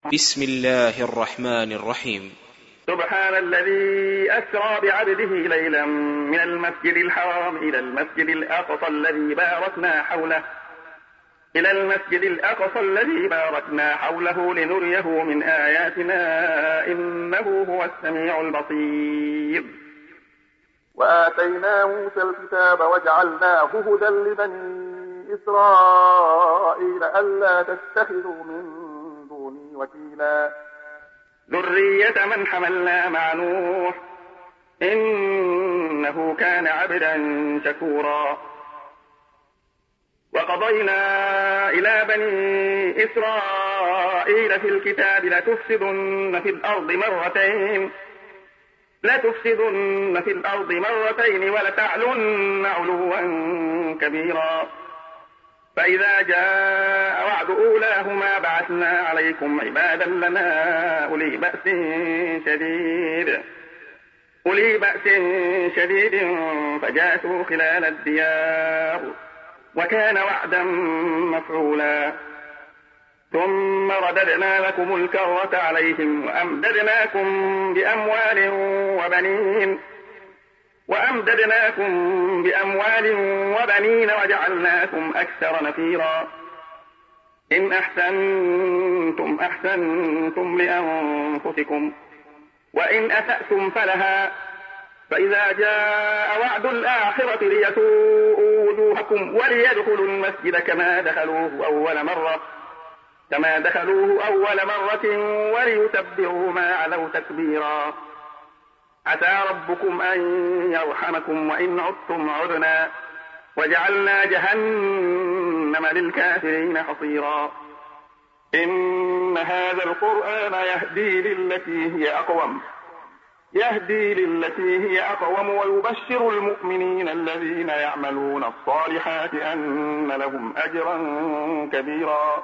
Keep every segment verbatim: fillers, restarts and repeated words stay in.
بسم الله الرحمن الرحيم. سبحان الذي أسرى بعبده ليلا من المسجد الحرام إلى المسجد الأقصى الذي باركنا حوله إلى المسجد الأقصى الذي باركنا حوله لنريه من آياتنا إنه هو السميع البصير. وآتينا موسى الكتاب وجعلناه هدى لبني إسرائيل ألا تتخذوا من دوني وكيلا ذرية من حملنا مع نوح إنه كان عبدا شكورا. وقضينا إلى بني إسرائيل في الكتاب لتفسدن في الأرض مرتين لتفسدن في الأرض مرتين ولتعلن علوا كبيرا. فإذا جاء وعد أولاهما بعثنا عليكم عبادا لنا أولي بأس شديد أولي بأس شديد فجاسوا خلال الديار وكان وعدا مفعولا. ثم رددنا لكم الكرة عليهم وأمددناكم بأموال وبنين وأمددناكم بأموال وبنين وجعلناكم أكثر نفيرا. إن أحسنتم أحسنتم لأنفسكم وإن أسأتم فلها. فإذا جاء وعد الآخرة ليسوءوا وجوهكم وليدخلوا المسجد كما دخلوه أول مرة كما دخلوه أول مرة وليتبروا ما علوا تتبيرا. عسى ربكم أن يرحمكم وإن عدتم عدنا وجعلنا جهنم للكافرين حصيرا. إن هذا القرآن يهدي للتي هي أقوم يهدي للتي هي أقوم ويبشر المؤمنين الذين يعملون الصالحات أن لهم أجرا كبيرا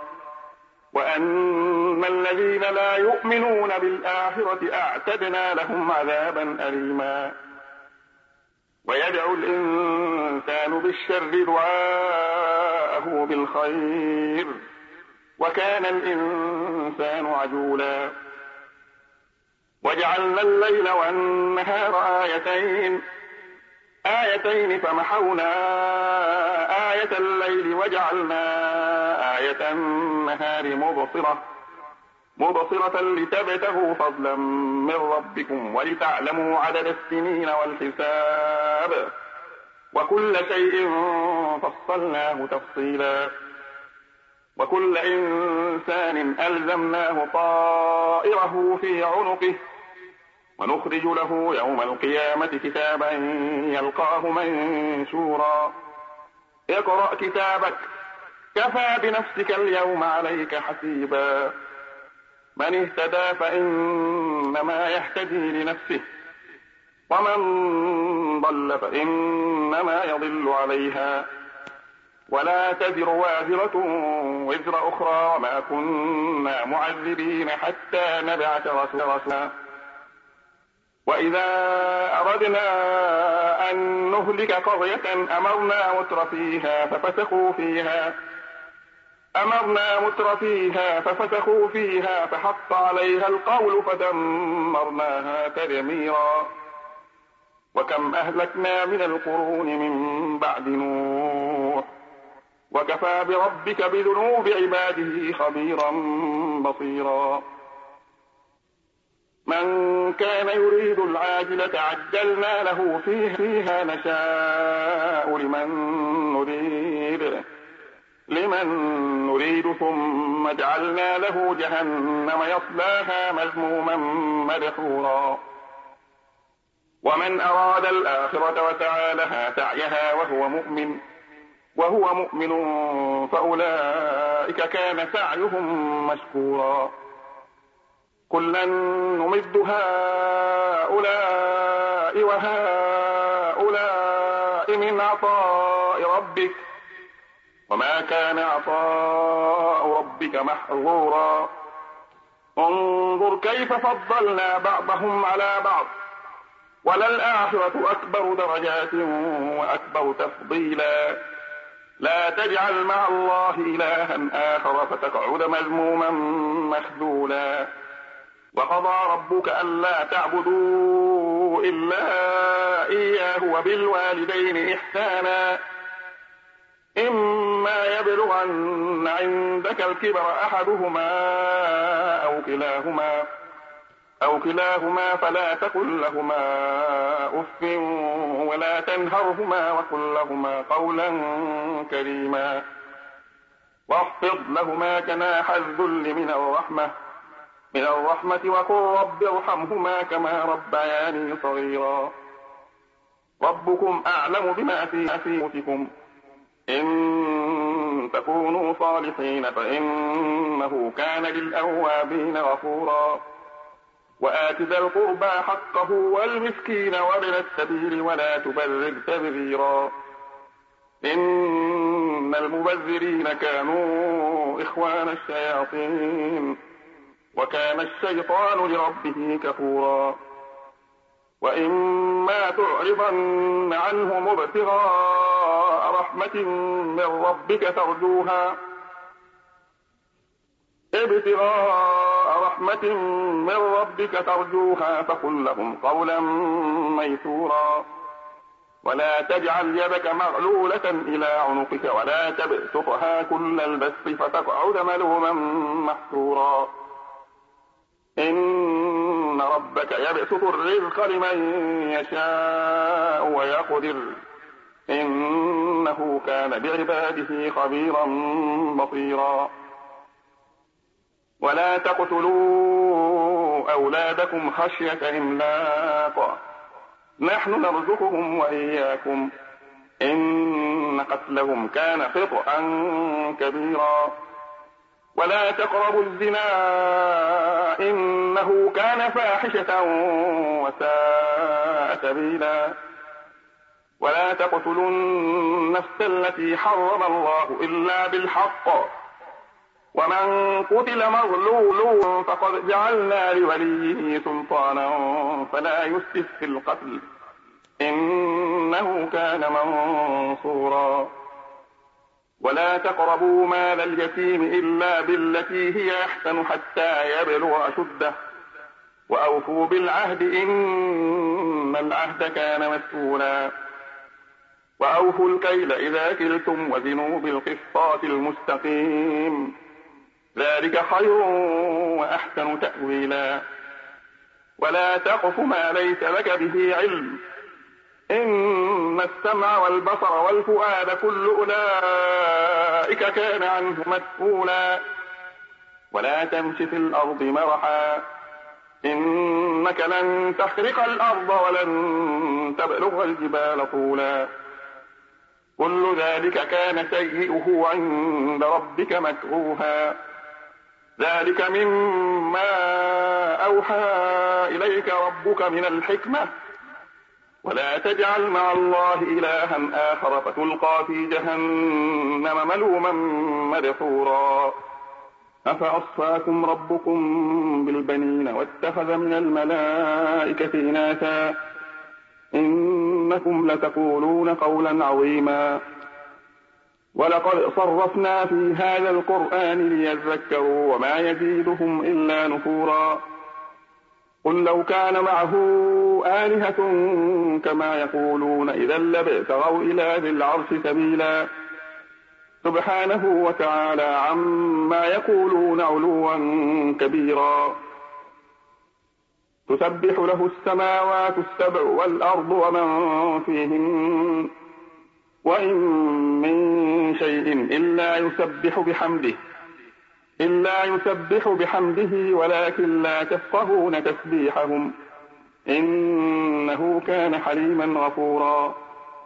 وأن الذين لا يؤمنون بالآخرة أعتدنا لهم عذابا أليما. ويدعو الإنسان بالشر دعاءه بالخير وكان الإنسان عجولا. وجعلنا الليل والنهار آيتين آيتين فمحونا آية الليل وجعلنا آية النهار مبصرة مبصرة لتبتغوا فضلا من ربكم ولتعلموا عدد السنين والحساب وكل شيء فصلناه تفصيلا. وكل إنسان ألزمناه طائره في عنقه ونخرج له يوم القيامة كتابا يلقاه منشورا. اقرأ كتابك كفى بنفسك اليوم عليك حسيبا. من اهتدى فإنما يهتدي لنفسه ومن ضل فإنما يضل عليها ولا تزر وازرة وزر أخرى وما كنا معذبين حتى نبعث رسولا. وإذا أردنا أن نهلك قرية أمرنا متر فيها ففسقوا فيها أمرنا متر فيها ففسقوا فيها فحق عليها القول فدمرناها تدميرا. وكم أهلكنا من القرون من بعد نوح وكفى بربك بذنوب عباده خبيرا بصيرا. من كان يريد العاجلة عجلنا له فيها نشاء لمن نريد لمن نريد ثم جعلنا له جهنم يصلاها مذموما مدحورا. ومن أراد الآخرة وسعى لها سعيها وهو مؤمن وهو مؤمن فأولئك كان سعيهم مشكورا. كلا نمد هؤلاء وهؤلاء من عطاء ربك وما كان عطاء ربك محظورا. انظر كيف فضلنا بعضهم على بعض وللآخرة أكبر درجات وأكبر تفضيلا. لا تجعل مع الله إلها آخر فتقعد مذموما مخذولا. وقضى ربك ألا تعبدوا إلا إياه وبالوالدين إحسانا إما يبلغن عندك الكبر أحدهما أو كلاهما أو كلاهما فلا تقل لهما أف ولا تنهرهما وقل لهما قولا كريما واخفض لهما جناح الذل من الرحمة من الرحمة وقل رب ارحمهما كما ربياني صغيرا. ربكم أعلم بما في أنفسكم إن تكونوا صالحين فإنه كان للأوابين غفورا. وآت ذا القربى حقه والمسكين وابن السبيل ولا تبذر تبذيرا إن المبذرين كانوا إخوان الشياطين وكان الشيطان لربه كفورا. وإما تعرضن عنهم ابتغاء رحمة من ربك ترجوها ابتغاء رحمة من ربك ترجوها فقل لهم قولا ميسورا. ولا تجعل يدك مغلولة إلى عنقك ولا تبسطها كل البسط فتقعد ملوما محسورا. إن ربك يبسط الرزق لمن يشاء ويقدر إنه كان بعباده خبيرا بصيرا. ولا تقتلوا أولادكم خشية إملاق نحن نرزقهم وإياكم إن قتلهم كان خطأ كبيرا. ولا تقربوا الزنا إنه كان فاحشة وساء سبيلا. ولا تقتلوا النفس التي حرم الله إلا بالحق ومن قتل مظلوم فقد جعلنا لوليه سلطانا فلا يسرف في القتل إنه كان منصورا. ولا تقربوا مال اليتيم إلا بالتي هي أحسن حتى يبلغ أشده وأوفوا بالعهد إن العهد كان مسؤولا. وأوفوا الكيل إذا كلتم وزنوا بالقسطاس المستقيم ذلك خير وأحسن تأويلا. ولا تقف ما ليس لك به علم إن السمع والبصر والفؤاد كل أولئك كان عنه مسؤولا. ولا تمش في الأرض مرحا إنك لن تخرق الأرض ولن تبلغ الجبال طولا. كل ذلك كان سيئه عند ربك مكروها ذلك مما أوحى إليك ربك من الحكمة. ولا تجعل مع الله إلها آخر فتلقى في جهنم ملوما مدحورا. أفأصفاكم ربكم بالبنين واتخذ من الملائكة إناثا إنكم لتقولون قولا عظيما. ولقد صرفنا في هذا القرآن ليذكروا وما يزيدهم إلا نفورا. قل لو كان معه آلهة كما يقولون إذا لابتغوا إلى ذي العرش سبيلا. سبحانه وتعالى عما يقولون علوا كبيرا. تسبح له السماوات السبع والأرض ومن فيهن وإن من شيء إلا يسبح بحمده إلا يسبح بحمده ولكن لا تفقهون تسبيحهم إنه كان حليما غفورا.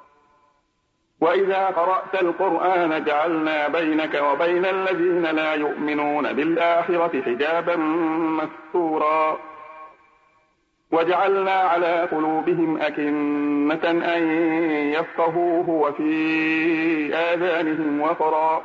وإذا قرأت القرآن جعلنا بينك وبين الذين لا يؤمنون بالآخرة حجابا مستورا. وجعلنا على قلوبهم أكنة أن يفقهوه وفي آذانهم وقرا.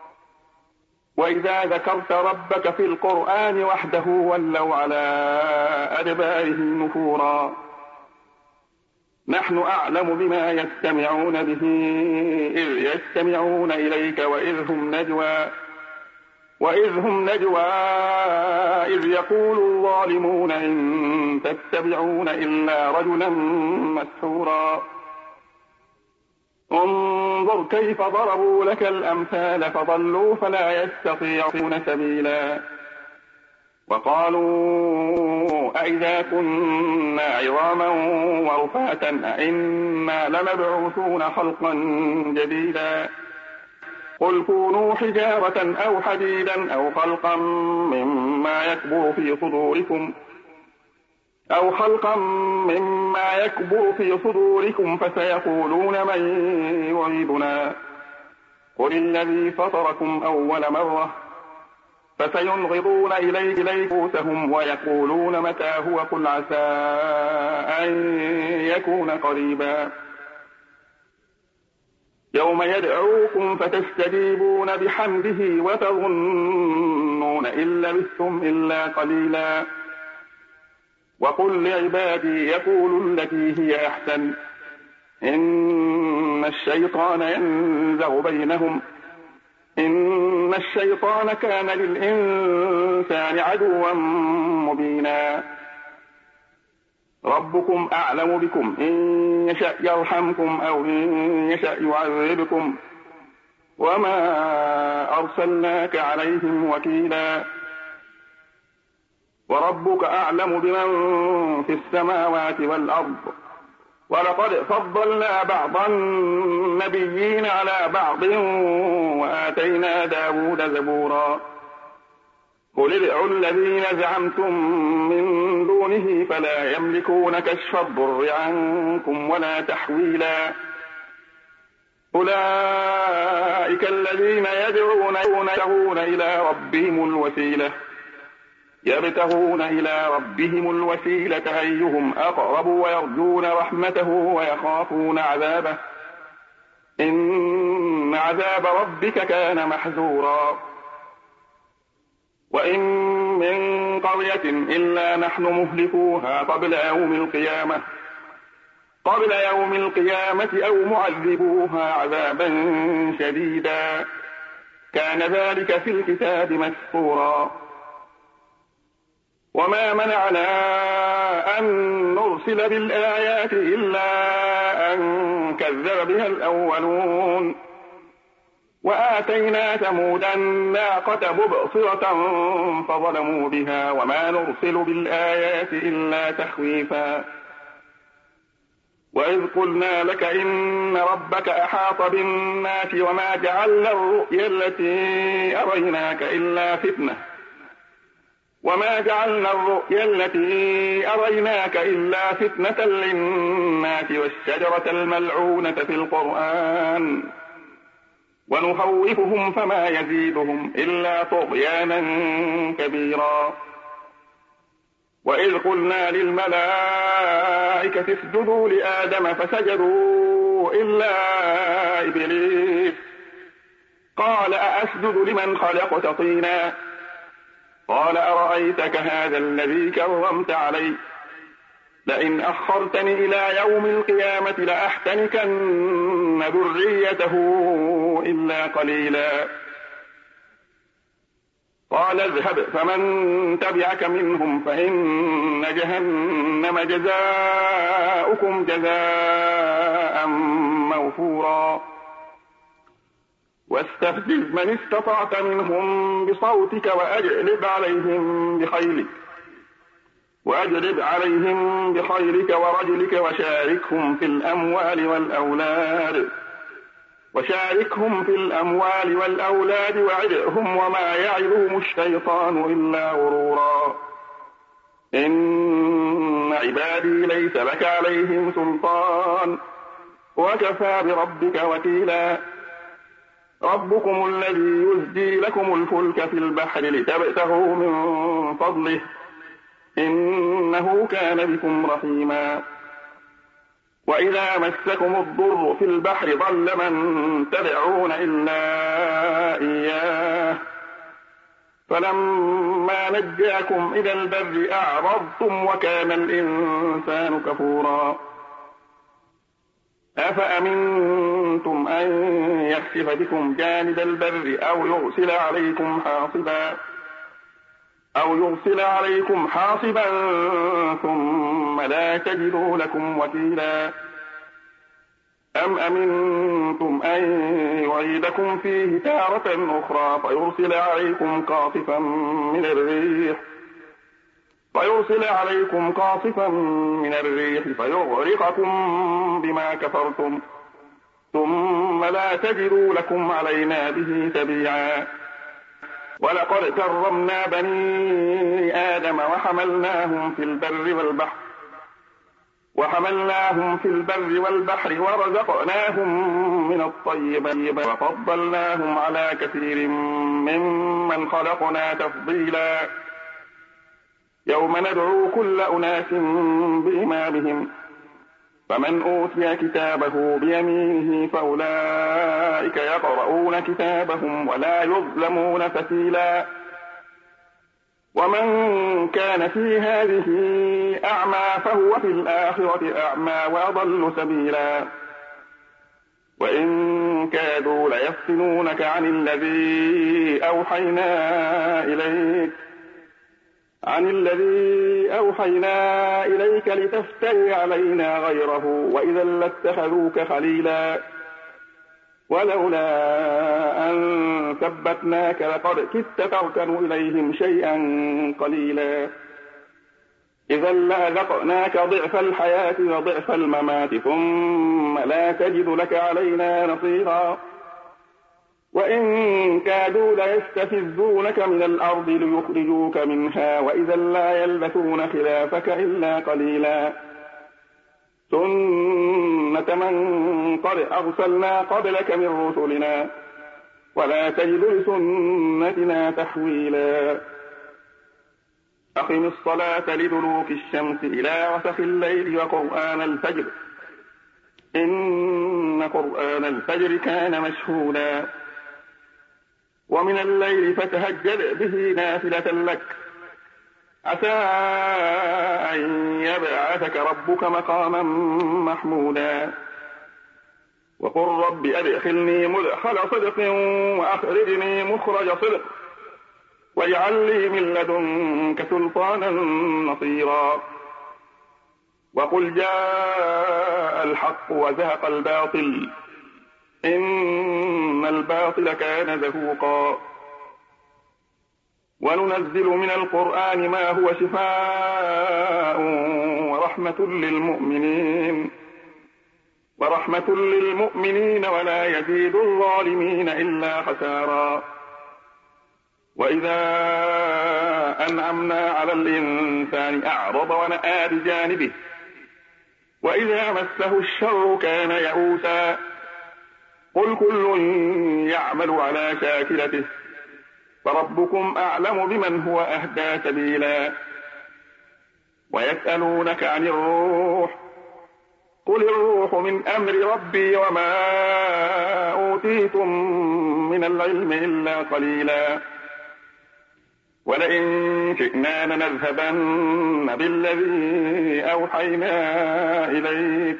وإذا ذكرت ربك في القرآن وحده ولوا على أدبارهم نفورا. نحن أعلم بما يستمعون به إذ يستمعون إليك وإذ هم نجوى وإذ هم نجوى إذ يقول الظالمون إن تتبعون إلا رجلا مسحورا انظر كيف ضربوا لك الأمثال فضلوا فلا يستطيعون سبيلا وقالوا أئذا كنا عظاما ورفاتا أئنا لمبعوثون خلقا جديدا قل كونوا حجارة أو حديدا أو خلقا مما يكبر في صدوركم أو خلقا مما يكبر في صدوركم فسيقولون من يعيدنا قل الذي فطركم أول مرة فسينغضون إليه رؤوسهم ويقولون متى هو قل عسى أن يكون قريبا يوم يدعوكم فتستجيبون بحمده وتظنون إن لبثتم إلا قليلا وقل لعبادي يقولوا التي هي أحسن إن الشيطان ينزغ بينهم إن الشيطان كان للإنسان عدوا مبينا ربكم أعلم بكم إن يشأ يرحمكم أو إن يشأ يعذبكم وما أرسلناك عليهم وكيلا وربك أعلم بمن في السماوات والأرض ولقد فضلنا بعض النبيين على بعض وآتينا داود زبورا قل ادعوا الذين زعمتم من دونه فلا يملكون كشف الضر عنكم ولا تحويلا أولئك الذين يدعون يبتغون إلى ربهم الوسيلة يبتغون إلى ربهم الوسيلة أيهم أقرب ويرجون رحمته ويخافون عذابه إن عذاب ربك كان محذورا وإن من قرية إلا نحن مهلكوها قبل يوم القيامة قبل يوم القيامة أو معذبوها عذابا شديدا كان ذلك في الكتاب مسطورا وما منعنا أن نرسل بالآيات إلا أن كذب بها الأولون وآتينا ثمود الناقة مبصرة فظلموا بها وما نرسل بالآيات إلا تخويفا وإذ قلنا لك إن ربك أحاط بالناس وما جعلنا الرؤيا التي أريناك إلا فتنة وما جعلنا الرؤيا التي أريناك إلا فتنة للناس والشجرة الملعونة في القرآن ونخوفهم فما يزيدهم إلا طغيانا كبيرا وإذ قلنا للملائكة اسجدوا لآدم فسجدوا إلا إبليس قال أأسجد لمن خلقت طينا قال أرأيتك هذا الذي كرمت علي لئن أخرتني إلى يوم القيامة لأحتنكن ذريته إلا قليلا قال اذهب فمن تبعك منهم فإن جهنم جزاؤكم جزاء موفورا واستفزز من استطعت منهم بصوتك وأجلب عليهم بخيلك وأجلب عليهم بخيلك ورجلك وشاركهم في الأموال والأولاد وشاركهم في الأموال والأولاد وعدهم وما يعظهم الشيطان إلا غرورا إن عبادي ليس لك عليهم سلطان وكفى بربك وكيلا ربكم الذي يزجي لكم الفلك في البحر لتبتغوا من فضله إنه كان بكم رحيما وإذا مسكم الضر في البحر ضل من تدعون إلا إياه فلما نجاكم إلى البر أعرضتم وكان الإنسان كفورا أفأمنتم أن يخسف بكم جانب البر أو يرسل عليكم حاصبا أو يرسل عليكم حاصبا ثم لا تجدوا لكم وكيلا أم أمنتم أن يعيدكم فيه تارة أخرى فيرسل عليكم قاصفا من الريح فيرسل عليكم قاصفا من الريح فيغرقكم بما كفرتم ثم لا تجدوا لكم علينا به تبيعا ولقد كرمنا بني آدم وحملناهم في البر والبحر وحملناهم في البر والبحر ورزقناهم من الطيبات وفضلناهم على كثير ممن خلقنا تفضيلا يوم ندعو كل أناس بإمامهم فمن أوتي كتابه بيمينه فأولئك يقرؤون كتابهم ولا يظلمون فتيلا ومن كان في هذه أعمى فهو في الآخرة أعمى وأضل سبيلا وإن كادوا ليفتنونك عن الذي أوحينا إليك عن الذي أوحينا إليك لتفتري علينا غيره وإذا لاتخذوك خليلا ولولا أن ثبتناك لقد كدت تركن إليهم شيئا قليلا إذا لأذقناك ضعف الحياة وضعف الممات ثم لا تجد لك علينا نصيرا وإن كادوا ليستفزونك من الأرض ليخرجوك منها وإذا لا يلبثون خلافك إلا قليلا سنة من قد أرسلنا قبلك من رسلنا ولا تجد لسنتنا تحويلا أقم الصلاة لدلوك الشمس إلى غسق الليل وقرآن الفجر إن قرآن الفجر كان مشهودا ومن الليل فتهجد به نافلة لك عسى أن يبعثك ربك مقاما محمودا وقل رب أدخلني مدخل صدق وأخرجني مخرج صدق واجعل لي من لدنك سلطانا نصيرا وقل جاء الحق وزهق الباطل إن الباطل كان زهوقا وننزل من القرآن ما هو شفاء ورحمة للمؤمنين ورحمة للمؤمنين ولا يزيد الظالمين إلا خسارا وإذا أنعمنا على الإنسان أعرض ونأى بجانبه وإذا مسه الشر كان يئوسا قل كل يعمل على شاكلته فربكم أعلم بمن هو أهدى سبيلا ويسألونك عن الروح قل الروح من أمر ربي وما أوتيتم من العلم إلا قليلا ولئن شئنا لنذهبن بالذي أوحينا إليك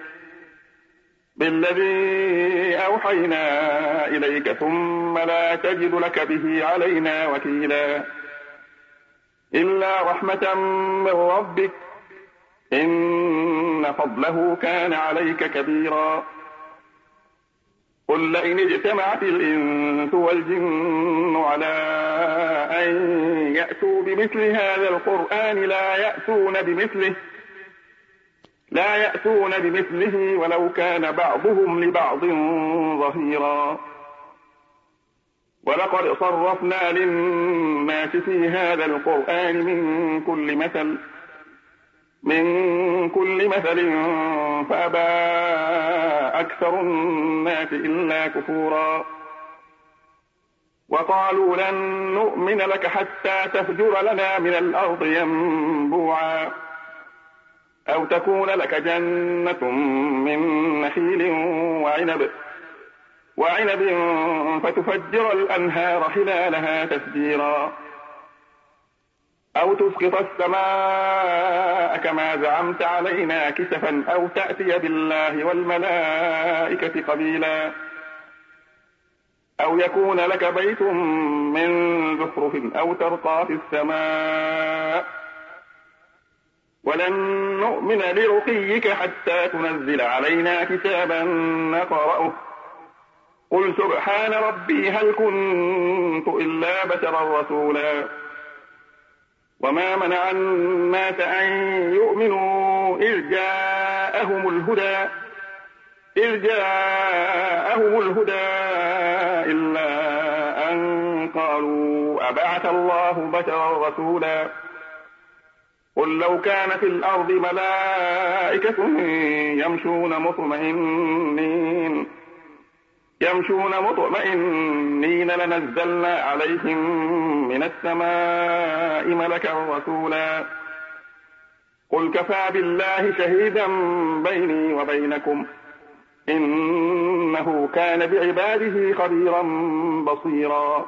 بالذي أوحينا إليك ثم لا تجد لك به علينا وكيلا إلا رحمة من ربك إن فضله كان عليك كبيرا قل لئن اجتمعت الإنس والجن على أن يأتوا بمثل هذا القرآن لا يأتون بمثله لا يأتون بمثله ولو كان بعضهم لبعض ظهيرا ولقد صرفنا للناس في هذا القرآن من كل مثل من كل مثل فأبى أكثر الناس إلا كفورا وقالوا لن نؤمن لك حتى تفجر لنا من الأرض ينبوعا أو تكون لك جنة من نخيل وعنب وعنب فتفجر الأنهار خلالها تفجيرا أو تسقط السماء كما زعمت علينا كسفا أو تأتي بالله والملائكة قبيلا أو يكون لك بيت من زخرف أو ترقى في السماء ولن نؤمن لرقيك حتى تنزل علينا كتابا نقرأه قل سبحان ربي هل كنت إلا بشرا رسولا وما منع الناس أن يؤمنوا إذ جاءهم الهدى إذ جاءهم الهدى إلا أن قالوا أبعث الله بشرا رسولا قل لو كان في الأرض ملائكة يمشون مطمئنين يمشون مطمئنين لنزلنا عليهم من السماء ملكا رسولا قل كفى بالله شهيدا بيني وبينكم إنه كان بعباده خبيرا بصيرا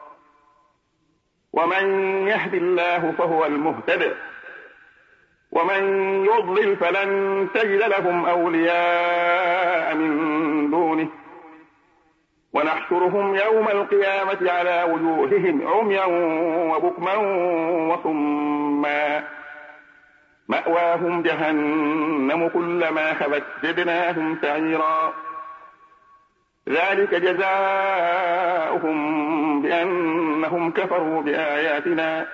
ومن يهد الله فهو المهتد ومن يضلل فلن تجد لهم أولياء من دونه ونحشرهم يوم القيامة على وجوههم عميا وبكما وصما مأواهم جهنم كلما خبت زدناهم سعيرا ذلك جزاؤهم بأنهم كفروا بآياتنا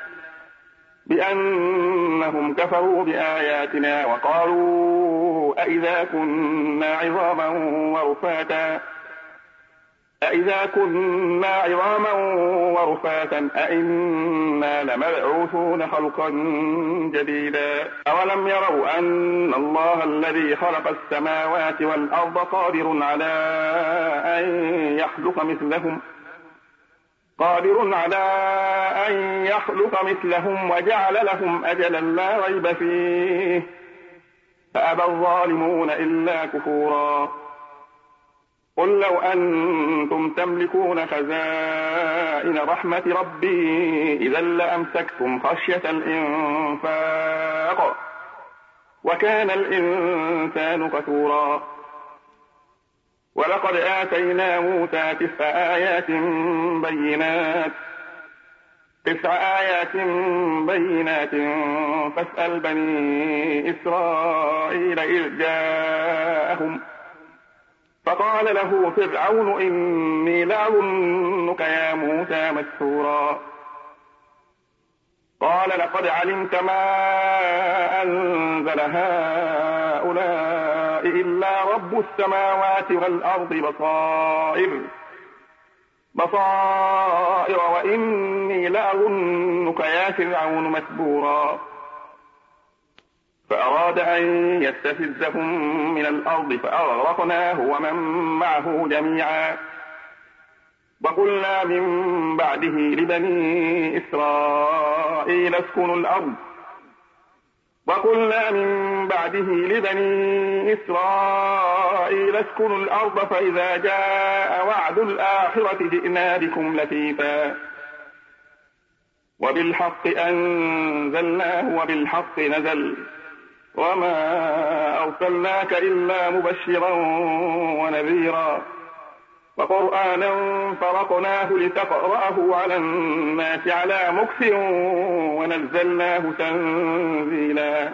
بأنهم كفروا بآياتنا وقالوا أئذا كنا عظاما ورفاتا أئذا كنا عظاما ورفاتا أئنا لمبعوثون خلقا جديدا أولم يروا أن الله الذي خلق السماوات والأرض قادر على أن يخلق مثلهم قادر على أن يخلق مثلهم وجعل لهم أجلا لا ريب فيه فأبى الظالمون إلا كفورا قل لو أنتم تملكون خزائن رحمة ربي إذا لأمسكتم خشية الإنفاق وكان الإنسان كفورا ولقد آتينا موسى تسع آيات بينات تسع آيات بينات فاسأل بني إسرائيل إذ جاءهم فقال له فرعون إني لأظنك يا موسى مسحورا قال لقد علمت ما أنزل هؤلاء إلا رب السماوات والأرض بصائر بصائر وإني لأظنك يا فرعون مسحورا فأراد أن يستفزهم من الأرض فأغرقناه ومن معه جميعا وقلنا من بعده لبني إسرائيل اسكنوا الأرض وقلنا من بعده لبني إسرائيل اسكنوا الأرض فإذا جاء وعد الآخرة جئنا بكم لفيفا وبالحق أنزلناه وبالحق نزل وما أرسلناك إلا مبشرا ونذيرا وقرآنا فرقناه لتقرأه على الناس على مكث ونزلناه تنزيلا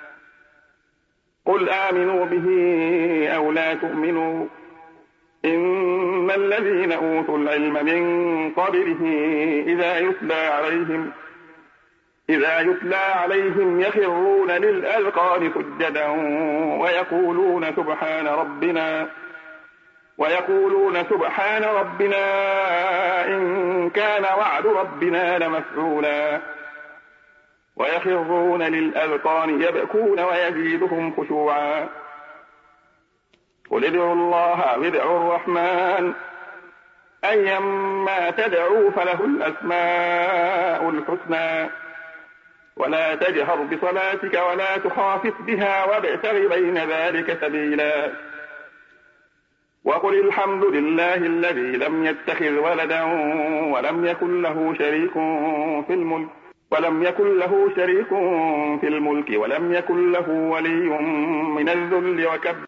قل آمنوا به أو لا تؤمنوا إن الذين أوتوا العلم من قبله إذا يتلى عليهم إذا يتلى عليهم يخرون للأذقان سجدا ويقولون سبحان ربنا ويقولون سبحان ربنا إن كان وعد ربنا لمفعولا ويخرون للأذقان يبكون ويزيدهم خشوعا قل ادعوا الله أو ادعوا الرحمن أيما تدعوا فله الأسماء الحسنى ولا تجهر بصلاتك ولا تخافت بها وابتغ بين ذلك سبيلا وقل الحمد لله الذي لم يتخذ ولدا ولم يكن له شريك في الملك ولم يكن له شريك في الملك ولم يكن له ولي من الذل وكبره